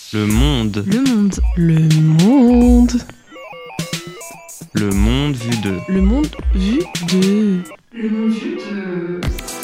Le monde. Le monde. Le monde. Le monde vu de. Le monde vu de. Le monde vu de.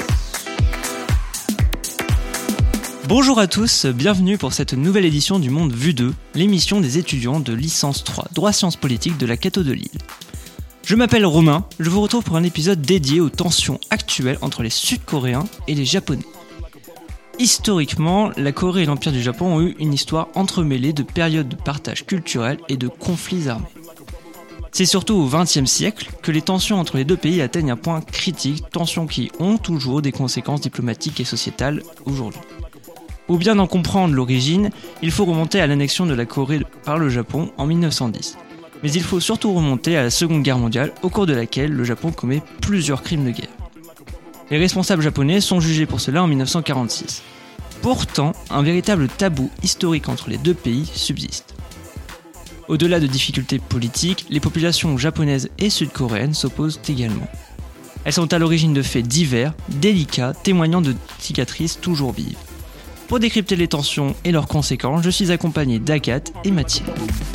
Bonjour à tous, bienvenue pour cette nouvelle édition du Monde vu de, l'émission des étudiants de licence 3, droit sciences politiques de la Cato de Lille. Je m'appelle Romain, je vous retrouve pour un épisode dédié aux tensions actuelles entre les Sud-Coréens et les Japonais. Historiquement, la Corée et l'Empire du Japon ont eu une histoire entremêlée de périodes de partage culturel et de conflits armés. C'est surtout au XXe siècle que les tensions entre les deux pays atteignent un point critique, tensions qui ont toujours des conséquences diplomatiques et sociétales aujourd'hui. Pour bien en comprendre l'origine, il faut remonter à l'annexion de la Corée par le Japon en 1910. Mais il faut surtout remonter à la Seconde Guerre mondiale, au cours de laquelle le Japon commet plusieurs crimes de guerre. Les responsables japonais sont jugés pour cela en 1946. Pourtant, un véritable tabou historique entre les deux pays subsiste. Au-delà de difficultés politiques, les populations japonaises et sud-coréennes s'opposent également. Elles sont à l'origine de faits divers, délicats, témoignant de cicatrices toujours vives. Pour décrypter les tensions et leurs conséquences, je suis accompagné d'Agathe et Mathilde.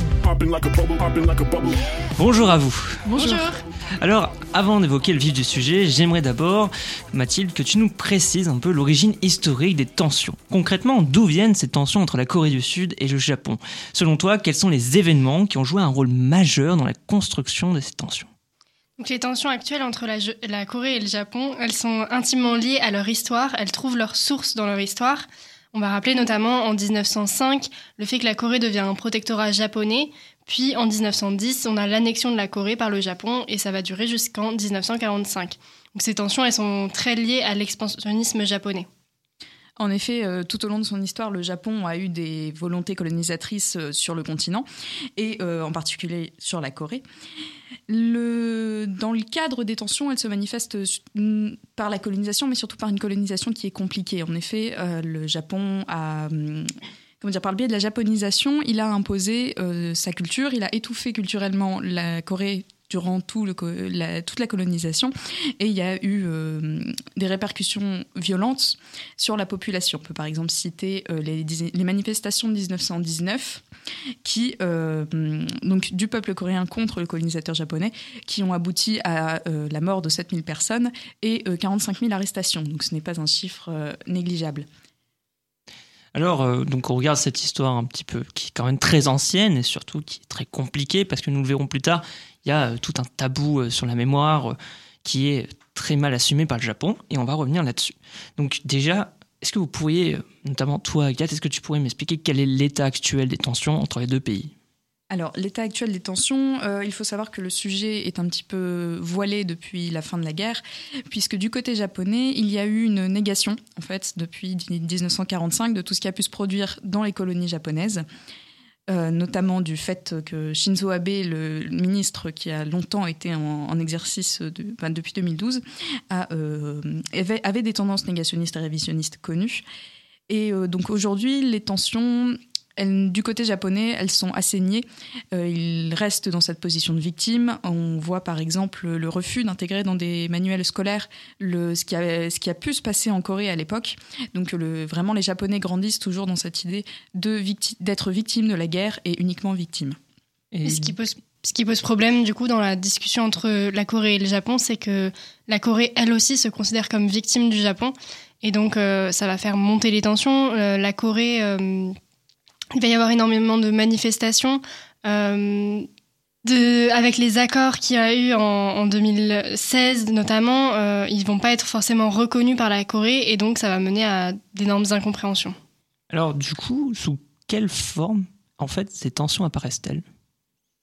Bonjour à vous. Bonjour. Alors, avant d'évoquer le vif du sujet, j'aimerais d'abord, Mathilde, que tu nous précises un peu l'origine historique des tensions. Concrètement, d'où viennent ces tensions entre la Corée du Sud et le Japon ? Selon toi, quels sont les événements qui ont joué un rôle majeur dans la construction de ces tensions ? Donc les tensions actuelles entre la Corée et le Japon, elles sont intimement liées à leur histoire, elles trouvent leur source dans leur histoire. On va rappeler notamment en 1905 le fait que la Corée devient un protectorat japonais, puis en 1910 on a l'annexion de la Corée par le Japon et ça va durer jusqu'en 1945. Donc ces tensions elles sont très liées à l'expansionnisme japonais. En effet, tout au long de son histoire, le Japon a eu des volontés colonisatrices sur le continent et en particulier sur la Corée. Dans le cadre des tensions, elles se manifestent par la colonisation, mais surtout par une colonisation qui est compliquée. En effet, le Japon a... par le biais de la japonisation, il a imposé sa culture, il a étouffé culturellement la Corée durant toute la colonisation, et il y a eu des répercussions violentes sur la population. On peut par exemple citer les manifestations de 1919 donc du peuple coréen contre le colonisateur japonais, qui ont abouti à la mort de 7000 personnes et 45 000 arrestations. Donc ce n'est pas un chiffre négligeable. Alors, donc on regarde cette histoire un petit peu qui est quand même très ancienne et surtout qui est très compliquée parce que nous le verrons plus tard, il y a tout un tabou sur la mémoire qui est très mal assumé par le Japon et on va revenir là-dessus. Donc déjà, est-ce que vous pourriez, notamment toi Agathe, est-ce que tu pourrais m'expliquer quel est l'état actuel des tensions entre les deux pays ? Alors, l'état actuel des tensions, il faut savoir que le sujet est un petit peu voilé depuis la fin de la guerre, puisque du côté japonais, il y a eu une négation, en fait, depuis 1945, de tout ce qui a pu se produire dans les colonies japonaises, notamment du fait que Shinzo Abe, le ministre qui a longtemps été en exercice depuis 2012, avait des tendances négationnistes et révisionnistes connues. Et donc aujourd'hui, les tensions... du côté japonais, elles sont assainies. Ils restent dans cette position de victime. On voit par exemple le refus d'intégrer dans des manuels scolaires ce qui a pu se passer en Corée à l'époque. Donc vraiment, les Japonais grandissent toujours dans cette idée d'être victime de la guerre et uniquement victime. Et ce qui pose problème du coup dans la discussion entre la Corée et le Japon, c'est que la Corée, elle aussi, se considère comme victime du Japon. Et donc, ça va faire monter les tensions. La Corée... il va y avoir énormément de manifestations avec les accords qu'il y a eu en 2016 notamment. Ils ne vont pas être forcément reconnus par la Corée et donc ça va mener à d'énormes incompréhensions. Alors du coup, sous quelle forme en fait ces tensions apparaissent-elles ? Mathilde ?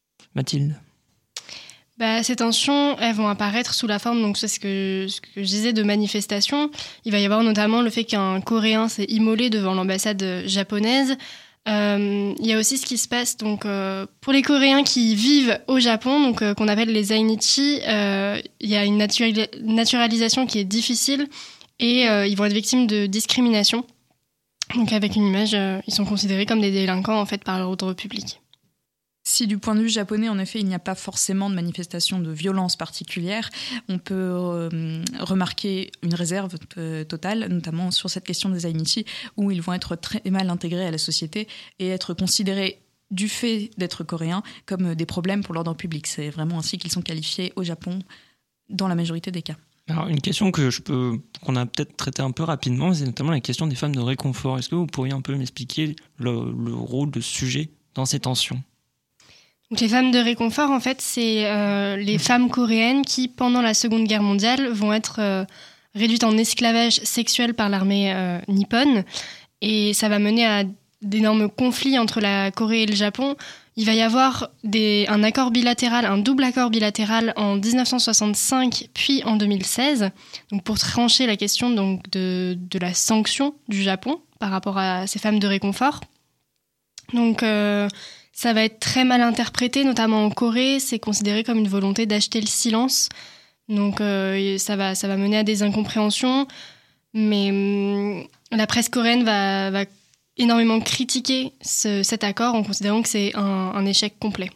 Ces tensions, elles vont apparaître sous la forme, donc c'est ce que je disais, de manifestations. Il va y avoir notamment le fait qu'un Coréen s'est immolé devant l'ambassade japonaise. Il y a aussi ce qui se passe donc, pour les Coréens qui vivent au Japon, donc, qu'on appelle les Zainichi. Il y a une naturalisation qui est difficile et ils vont être victimes de discrimination. Donc avec une image, ils sont considérés comme des délinquants en fait, par l'ordre public. Si du point de vue japonais, en effet, il n'y a pas forcément de manifestation de violence particulière, on peut remarquer une réserve totale, notamment sur cette question des Ainichi, où ils vont être très mal intégrés à la société et être considérés du fait d'être coréens comme des problèmes pour l'ordre public. C'est vraiment ainsi qu'ils sont qualifiés au Japon dans la majorité des cas. Alors, une question qu'on a peut-être traitée un peu rapidement, c'est notamment la question des femmes de réconfort. Est-ce que vous pourriez un peu m'expliquer le rôle de ce sujet dans ces tensions ? Donc, les femmes de réconfort, en fait, c'est les femmes coréennes qui, pendant la Seconde Guerre mondiale, vont être réduites en esclavage sexuel par l'armée nippone. Et ça va mener à d'énormes conflits entre la Corée et le Japon. Il va y avoir un accord bilatéral, un double accord bilatéral en 1965 puis en 2016, donc pour trancher la question donc de la sanction du Japon par rapport à ces femmes de réconfort. Donc ça va être très mal interprété, notamment en Corée. C'est considéré comme une volonté d'acheter le silence. Donc ça va mener à des incompréhensions. Mais la presse coréenne va énormément critiqué cet accord en considérant que c'est un échec complet.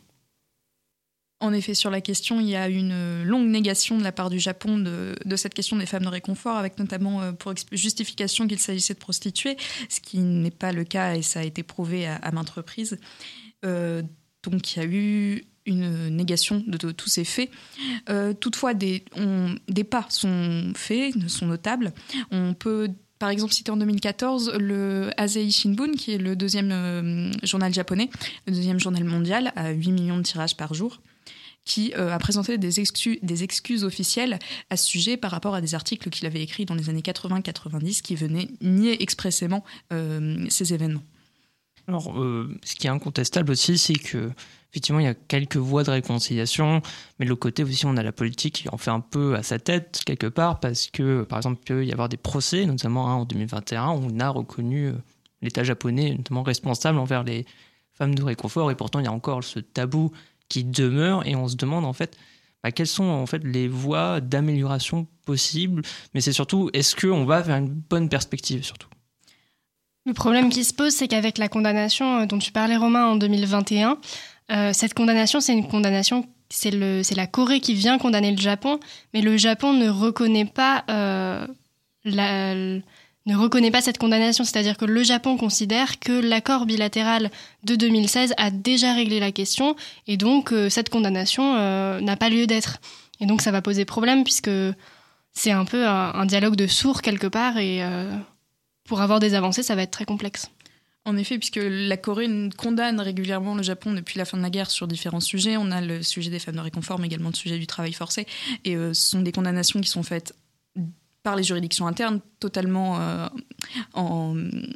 En effet, sur la question, il y a une longue négation de la part du Japon de cette question des femmes de réconfort, avec notamment pour justification qu'il s'agissait de prostituées, ce qui n'est pas le cas et ça a été prouvé à maintes reprises. Donc il y a eu une négation de tous ces faits. Toutefois, des pas sont faits, sont notables. On peut par exemple citer en 2014 le Asahi Shimbun, qui est le deuxième journal japonais, le deuxième journal mondial, à 8 millions de tirages par jour, qui a présenté des excuses officielles à ce sujet par rapport à des articles qu'il avait écrits dans les années 80-90 qui venaient nier expressément ces événements. Alors, ce qui est incontestable aussi, c'est que effectivement, il y a quelques voies de réconciliation, mais de l'autre côté aussi, on a la politique qui en fait un peu à sa tête, quelque part, parce que, par exemple, il peut y avoir des procès, notamment en 2021, où on a reconnu l'État japonais, notamment responsable envers les femmes de réconfort, et pourtant, il y a encore ce tabou qui demeure, et on se demande, en fait, quelles sont en fait les voies d'amélioration possibles, mais c'est surtout, est-ce qu'on va vers une bonne perspective, surtout ? Le problème qui se pose, c'est qu'avec la condamnation dont tu parlais, Romain, en 2021, cette condamnation, c'est une condamnation, c'est la Corée qui vient condamner le Japon, mais le Japon ne reconnaît pas cette condamnation. C'est-à-dire que le Japon considère que l'accord bilatéral de 2016 a déjà réglé la question, et donc cette condamnation n'a pas lieu d'être. Et donc ça va poser problème, puisque c'est un peu un dialogue de sourds quelque part, et pour avoir des avancées, ça va être très complexe. En effet, puisque la Corée condamne régulièrement le Japon depuis la fin de la guerre sur différents sujets. On a le sujet des femmes de réconfort, mais également le sujet du travail forcé. Et ce sont des condamnations qui sont faites par les juridictions internes, totalement en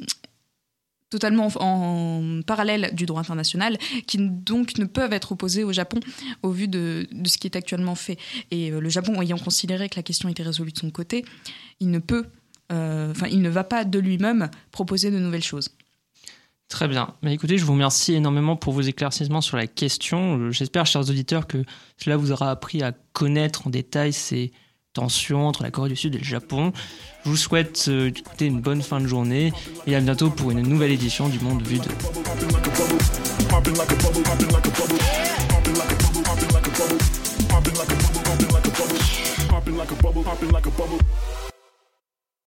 parallèle du droit international, qui donc ne peuvent être opposées au Japon au vu de ce qui est actuellement fait. Et le Japon, ayant considéré que la question était résolue de son côté, il ne va pas de lui-même proposer de nouvelles choses. Très bien. Mais écoutez, je vous remercie énormément pour vos éclaircissements sur la question. J'espère, chers auditeurs, que cela vous aura appris à connaître en détail ces tensions entre la Corée du Sud et le Japon. Je vous souhaite d'écouter une bonne fin de journée et à bientôt pour une nouvelle édition du Monde Vu 2. Popping like a bubble.